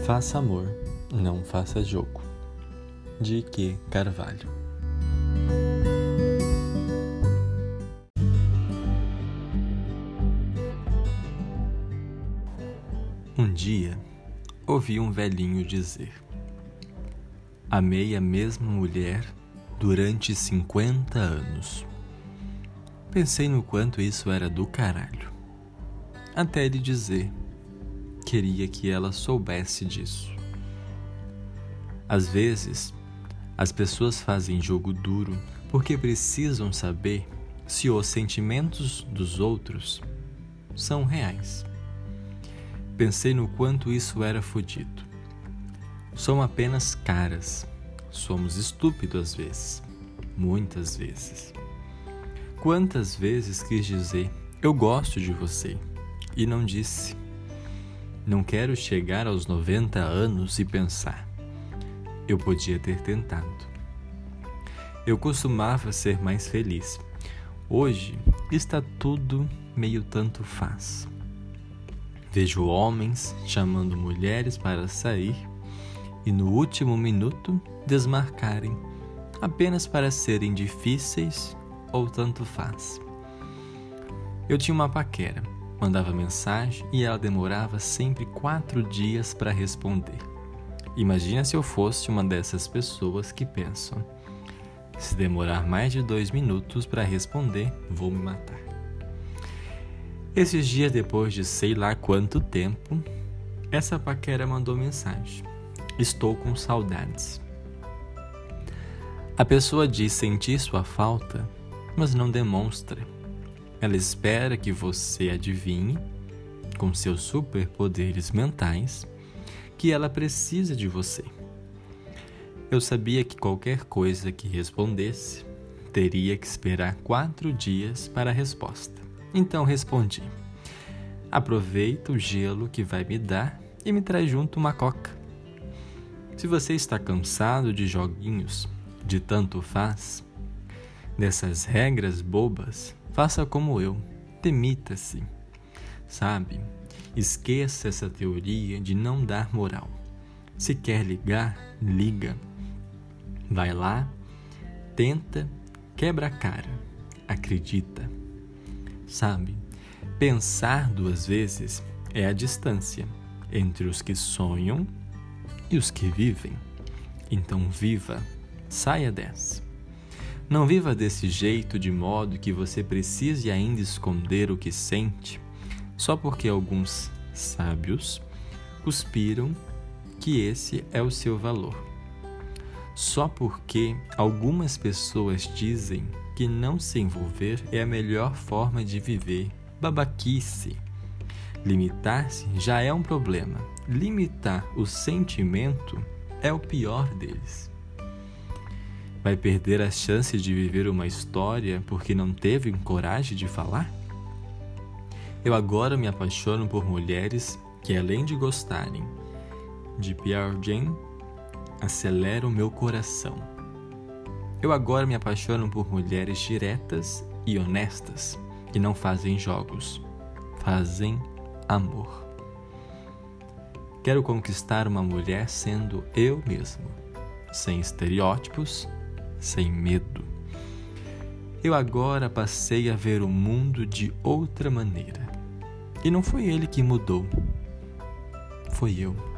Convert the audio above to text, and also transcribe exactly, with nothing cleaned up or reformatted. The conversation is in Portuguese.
Faça amor, não faça jogo. De Q. Carvalho. Um dia, ouvi um velhinho dizer: amei a mesma mulher durante cinquenta anos. Pensei no quanto isso era do caralho. Até ele dizer: queria que ela soubesse disso. Às vezes, as pessoas fazem jogo duro porque precisam saber se os sentimentos dos outros são reais. Pensei no quanto isso era fodido. São apenas caras. Somos estúpidos às vezes. Muitas vezes. Quantas vezes quis dizer: eu gosto de você, e não disse. Não quero chegar aos noventa anos e pensar: eu podia ter tentado. Eu costumava ser mais feliz. Hoje está tudo meio tanto faz. Vejo homens chamando mulheres para sair e no último minuto desmarcarem, apenas para serem difíceis ou tanto faz. Eu tinha uma paquera, mandava mensagem e ela demorava sempre quatro dias para responder. Imagina se eu fosse uma dessas pessoas que pensam: se demorar mais de dois minutos para responder, vou me matar. Esses dias depois de sei lá quanto tempo, essa paquera mandou mensagem: estou com saudades. A pessoa diz sentir sua falta, mas não demonstra. Ela espera que você adivinhe, com seus superpoderes mentais, que ela precisa de você. Eu sabia que qualquer coisa que respondesse teria que esperar quatro dias para a resposta. Então respondi: aproveita o gelo que vai me dar e me traz junto uma coca. Se você está cansado de joguinhos, de tanto faz, dessas regras bobas, faça como eu, demita-se. Sabe, esqueça essa teoria de não dar moral. Se quer ligar, liga. Vai lá, tenta, quebra a cara, acredita. Sabe, pensar duas vezes é a distância entre os que sonham e os que vivem. Então viva, saia dessa. Não viva desse jeito de modo que você precise ainda esconder o que sente, só porque alguns sábios cuspiram que esse é o seu valor. Só porque algumas pessoas dizem que não se envolver é a melhor forma de viver. Babaquice. Limitar-se já é um problema. Limitar o sentimento é o pior deles. Vai perder a chance de viver uma história porque não teve coragem de falar? Eu agora me apaixono por mulheres que, além de gostarem de Pearl Jam, aceleram meu coração. Eu agora me apaixono por mulheres diretas e honestas, que não fazem jogos, fazem amor. Quero conquistar uma mulher sendo eu mesmo, sem estereótipos, sem medo. Eu agora passei a ver o mundo de outra maneira. E não foi ele que mudou, foi eu.